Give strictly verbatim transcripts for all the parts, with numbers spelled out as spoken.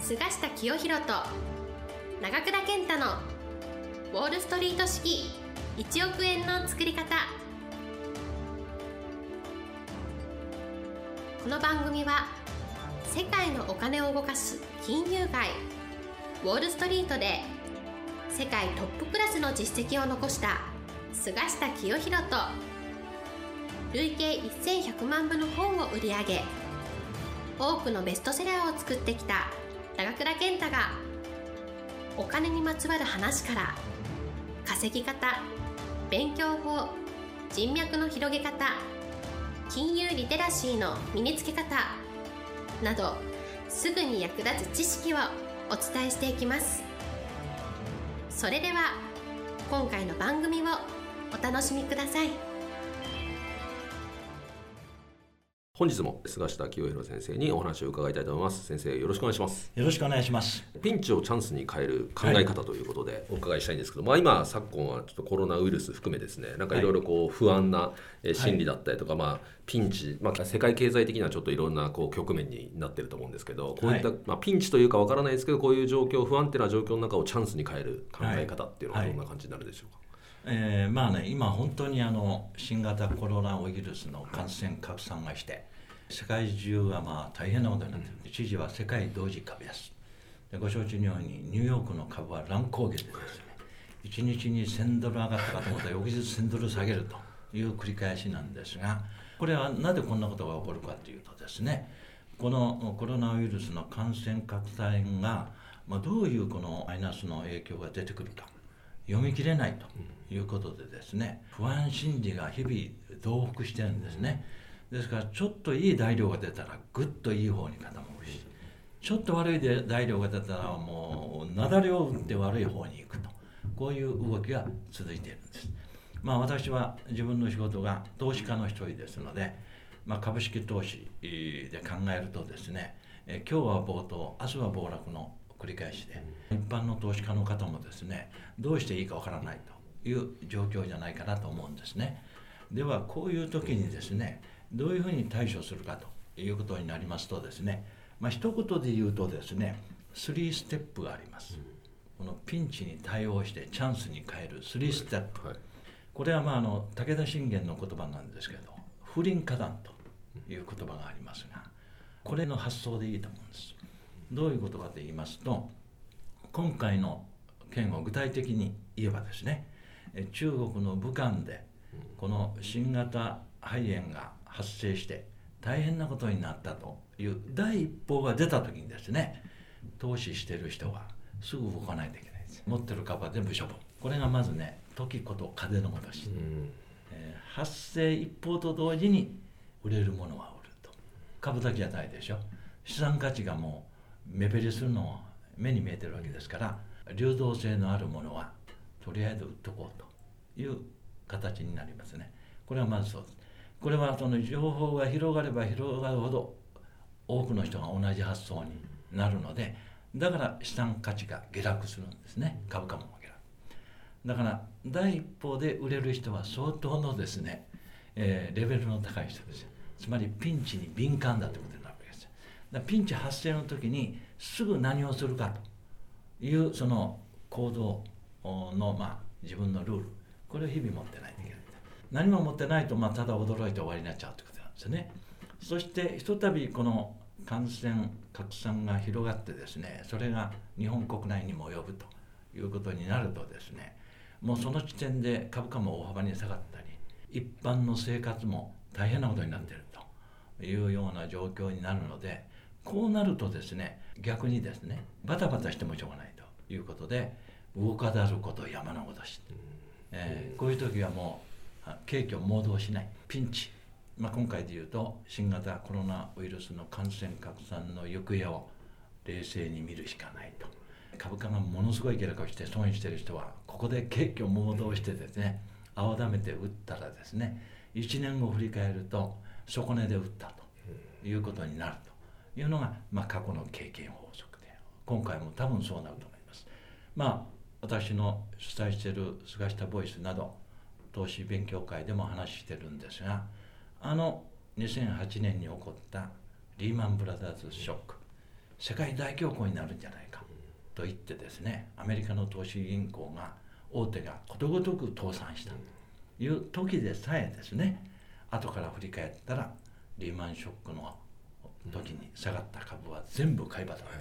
菅下清弘と長倉健太のウォールストリート式いちおく円の作り方。この番組は世界のお金を動かす金融界ウォールストリートで世界トップクラスの実績を残した菅下清弘と累計せんひゃくまんぶの本を売り上げ多くのベストセラーを作ってきた長倉健太がお金にまつわる話から稼ぎ方、勉強法、人脈の広げ方、金融リテラシーの身につけ方などすぐに役立つ知識をお伝えしていきます。それでは今回の番組をお楽しみください。 本日も菅下清弘先生にお話を伺いたいと思います。先生、よろしくお願いします。 よろしくお願いします。 ピンチをチャンスに変える考え方ということでお伺いしたいんですけど、はい、まあ、今昨今はちょっとコロナウイルス含めですね、なんかいろいろこう不安な心理だったりとか、はい、まあ、ピンチ、まあ、世界経済的にはちょっといろんなこう局面になっていると思うんですけど、こういった、はい、まあ、ピンチというかわからないですけど、こういう状況、不安定な状況の中をチャンスに変える考え方っていうのはどんな感じになるでしょうか。 はいはい、えー、まあね、今本当にあの新型コロナウイルスの感染拡散がして世界中がまあ大変なことになっている。一時は世界同時株安で、ご承知のようにニューヨークの株は乱高下でですね、いちにちにせんドル上がったかと思ったら翌日せんドル下げるという繰り返しなんですが、これはなぜこんなことが起こるかというとですね、このコロナウイルスの感染拡散が、まあ、どういうこのマイナスの影響が出てくるか読み切れないということでですね、不安心理が日々増幅してるんですね。ですからちょっといい材料が出たらぐっといい方に傾くし、ちょっと悪い材料が出たらもう雪崩を打って悪い方に行くと、こういう動きが続いているんです。まあ、私は自分の仕事が投資家の一人ですので、まあ、株式投資で考えるとですね、え今日は暴騰、明日は暴落の繰り返しで、一般の投資家の方もですね、どうしていいかわからないという状況じゃないかなと思うんですね。ではこういう時にですね、どういうふうに対処するかということになりますとですね、まあ、一言で言うとですね、スリーステップがあります。このピンチに対応してチャンスに変えるスリーステップ、はいはい、これはまああの武田信玄の言葉なんですけど、不臨火弾という言葉がありますが、これの発想でいいと思うんです。どういうことかと言いますと、今回の件を具体的に言えばですね、中国の武漢でこの新型肺炎が発生して大変なことになったという第一報が出た時にですね、投資している人はすぐ動かないといけないです。持ってる株は全部処分。これがまずね、時こと風の戻し、うんえー、発生一報と同時に売れるものは売ると。株だけじゃないでしょ。資産価値がもう目減りするのは目に見えてるわけですから、流動性のあるものはとりあえず売っとこうという形になりますね。これはまずそうです。これはその情報が広がれば広がるほど多くの人が同じ発想になるので、だから資産価値が下落するんですね。株価も下落。だから第一報で売れる人は相当のですね、えー、レベルの高い人ですよ。つまりピンチに敏感だということになるわけです。だからピンチ発生の時にすぐ何をするかというその行動の、まあ、自分のルール、これを日々持ってないといけない。何も持ってないと、まあ、ただ驚いて終わりになっちゃうということなんですよね。そしてひとたびこの感染拡散が広がってですね、それが日本国内にも及ぶということになるとですね、もうその時点で株価も大幅に下がったり、一般の生活も大変なことになっているというような状況になるので、こうなるとですね、逆にですね、バタバタしてもしょうがないということで、動かざること山のごとし、えー、こういう時はもう景気を盲導しないピンチ、まあ、今回でいうと新型コロナウイルスの感染拡散の行方を冷静に見るしかないと。株価がものすごい下落をして損している人はここで景気を盲導してですね、青ざめて売ったらですね、いちねんご振り返ると底値で売ったということになるというのが、まあ、過去の経験法則で、今回も多分そうなると思います。まあ私の主催している菅下ボイスなど投資勉強会でも話してるんですが、あのにせんはちねんに起こったリーマンブラザーズショック、 世界大恐慌になるんじゃないかと言ってですね、アメリカの投資銀行が大手がことごとく倒産したという時でさえですね、後から振り返ったらリーマンショックの時に下がった株は全部買い場だった、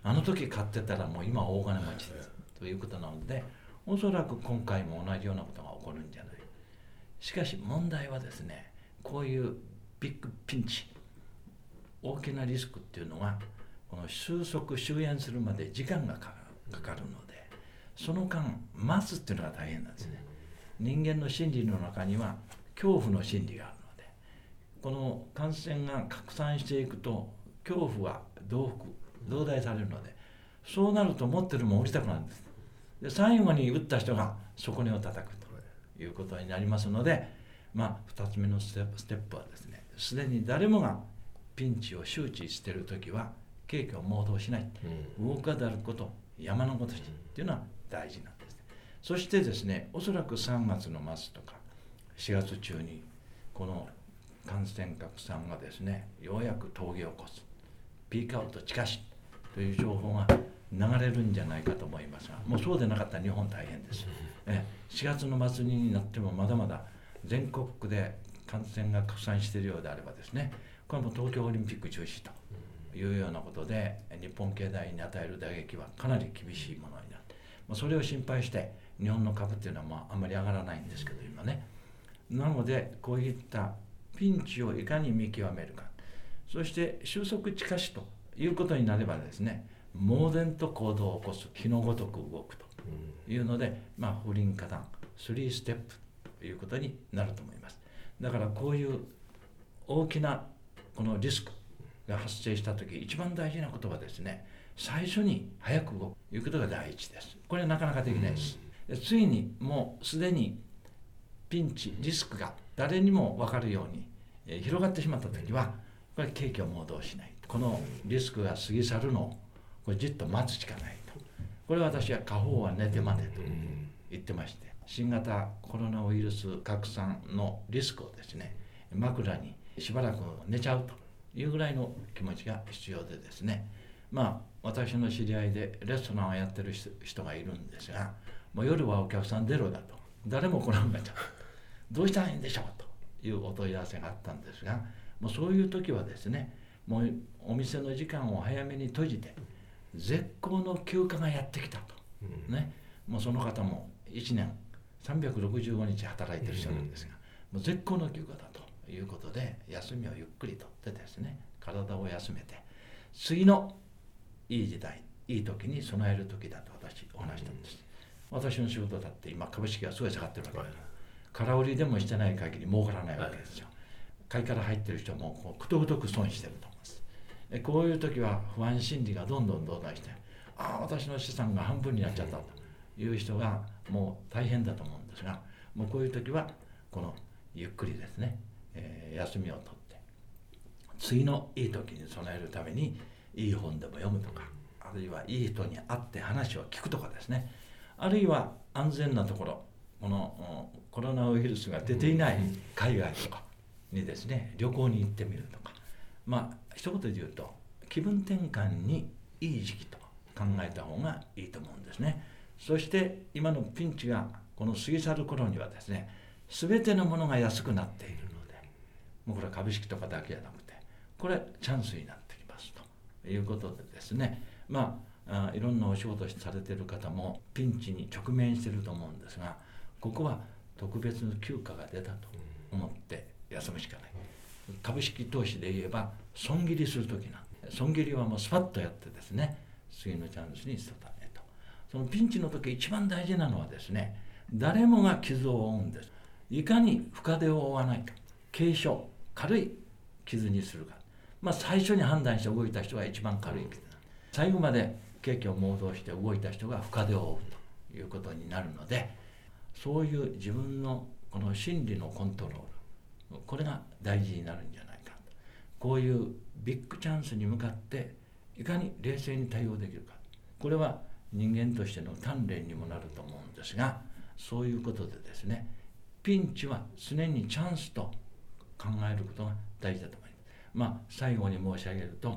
あの時買ってたらもう今大金持ちですということなので、おそらく今回も同じようなことが起こるんじゃない。しかし問題はですね、こういうビッグピンチ、大きなリスクっていうのはこの収束終焉するまで時間がかかるので、その間待つっていうのが大変なんですね。人間の心理の中には恐怖の心理があるので、この感染が拡散していくと恐怖は増幅増大されるので、そうなると持ってるもん降りたくなるんです。で最後に打った人が底根を叩くということになりますので、まあふたつめのステップ、ステップはですね、すでに誰もがピンチを周知しているときは景気を盲導しない、うん、動かざること山のことしっていうのは大事なんです。そしてですね、おそらくさんがつの末とかしがつ中にこの感染拡散がですね、ようやく峠を起こす、ピークアウト近しという情報が流れるんじゃないかと思いますが、もうそうでなかったら日本大変です。えしがつの末になってもまだまだ全国区で感染が拡散しているようであればですね、これも東京オリンピック中止というようなことで日本経済に与える打撃はかなり厳しいものになる。それを心配して日本の株っていうのはまああんまり上がらないんですけど今ね。なのでこういったピンチをいかに見極めるか、そして収束近しということになればですね、猛然と行動を起こす、火のごとく動くというので、まあ不倫加担スリーステップということになると思います。だからこういう大きなこのリスクが発生したとき、一番大事なことはですね、最初に早く動くということが第一です。これはなかなかできないです。でついにもうすでにピンチ、リスクが誰にも分かるように、えー、広がってしまったときは、これ景気を盲導しない。このリスクが過ぎ去るのをこれじっと待つしかないと。これは私は下方は寝て待てと言ってまして、新型コロナウイルス拡散のリスクをですね、枕にしばらく寝ちゃうというぐらいの気持ちが必要でですね、まあ私の知り合いでレストランをやってる人がいるんですが、もう夜はお客さんゼロだと、誰も来なくなっちゃう、どうしたらいいんでしょうというお問い合わせがあったんですが、もうそういう時はですね、もうお店の時間を早めに閉じて絶好の休暇がやってきたと、うん、ね、もうその方もいちねんさんびゃくろくじゅうごにち働いてる人なんですが、もう絶好の休暇だということで休みをゆっくりとってですね、体を休めて次のいい時代、いい時に備える時だと私お話したんです。私の仕事だって今株式がすごい下がってるわけです。空売りでもしてない限り儲からないわけですよ。買いから入ってる人もこうことごとく損してると思います。こういう時は不安心理がどんどんどんどんして、ああ私の資産が半分になっちゃったという人がもう大変だと思うんですが、もうこういう時はこのゆっくりですね、えー、休みを取って次のいい時に備えるためにいい本でも読むとか、あるいはいい人に会って話を聞くとかですね、あるいは安全なところ、このコロナウイルスが出ていない海外とかにですね、旅行に行ってみるとか、まあ一言で言うと気分転換にいい時期と考えた方がいいと思うんですね。そして今のピンチがこの過ぎ去る頃にはですね、全てのものが安くなっているので、もうこれは株式とかだけじゃなくて、これチャンスになってきますということでですね、まあ、あいろんなお仕事されている方もピンチに直面していると思うんですが、ここは特別の休暇が出たと思って休むしかない。株式投資で言えば損切りするときなんで、損切りはもうスパッとやってですね、次のチャンスに捨てたねと。そのピンチの時一番大事なのはですね、誰もが傷を負うんです。いかに深手を負わないか、軽傷、軽い傷にするか。まあ最初に判断して動いた人が一番軽い傷。最後まで景気を盲導して動いた人が深手を負うということになるので、そういう自分のこの心理のコントロール、これが大事になるんじゃないか。こういうビッグチャンスに向かっていかに冷静に対応できるか、これは人間としての鍛錬にもなると思うんですが、そういうことでですね、ピンチは常にチャンスと考えることが大事だと思います。まあ最後に申し上げると、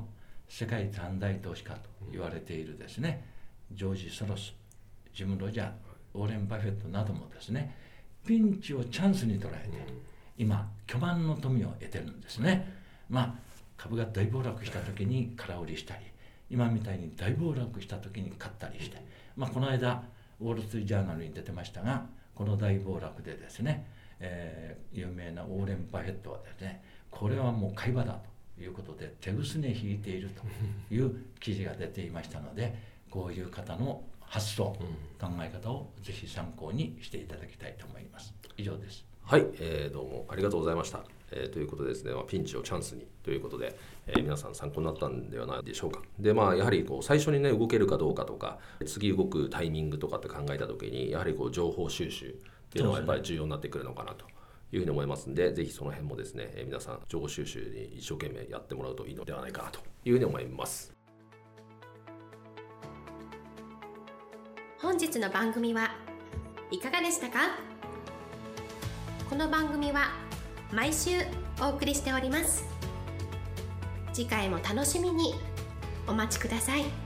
世界三大投資家と言われているですね、ジョージ・ソロス、ジム・ロジャー、ウォーレン・バフェットなどもですね、ピンチをチャンスに捉えて、今巨万の富を得てるんですね。まあ株が大暴落した時に空売りしたり、今みたいに大暴落した時に買ったりして、まあ、この間ウォール・ストリート・ジャーナルに出てましたが、この大暴落でですね、えー、有名なウォーレン・バフェットはですね、これはもう買い場だということで手ぐすね引いているという記事が出ていましたので、こういう方の発想、考え方をぜひ参考にしていただきたいと思います。以上です。 はい、えー、どうもありがとうございました。えー、ということでですね、まあ、ピンチをチャンスにということで、えー、皆さん参考になったんではないでしょうか。で、まあやはりこう最初にね動けるかどうかとか、次動くタイミングとかって考えた時に、やはりこう情報収集っていうのがやっぱり重要になってくるのかなというふうに思いますんで、ぜひその辺もですね、えー、皆さん情報収集に一生懸命やってもらうといいのではないかなというふうに思います。 本日の番組はいかがでしたか？この番組は毎週お送りしております。次回も楽しみにお待ちください。